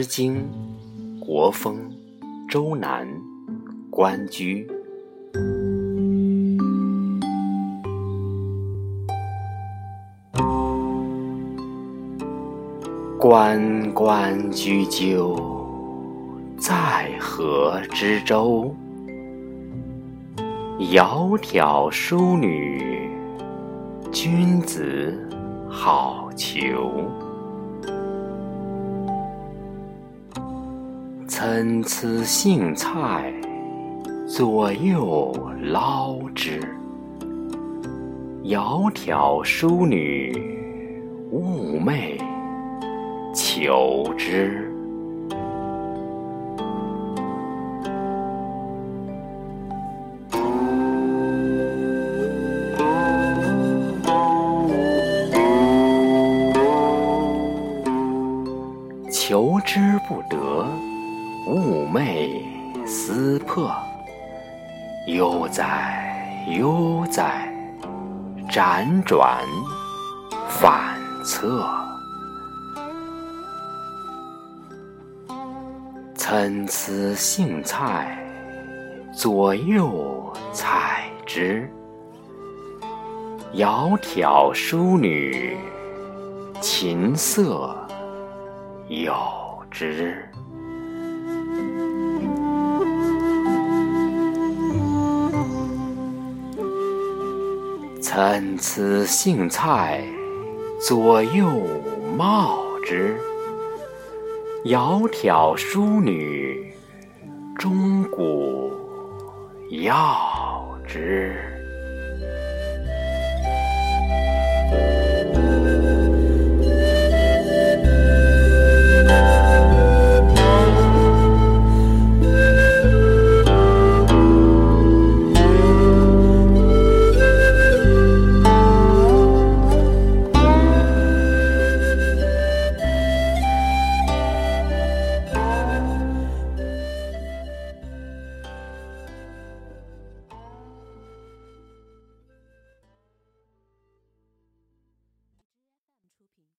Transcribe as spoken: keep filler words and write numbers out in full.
经》国风周南关雎。关关雎鸠，在河之洲。窈窕淑女，君子好逑。参差荇菜，左右捞之。窈窕淑女，寤寐求之。求之不得，寤寐思迫。悠哉悠哉，辗转反侧。参差荇菜，左右采之。窈窕淑女，琴瑟友之。参差荇菜，左右芼之。窈窕淑女，钟鼓鹞之。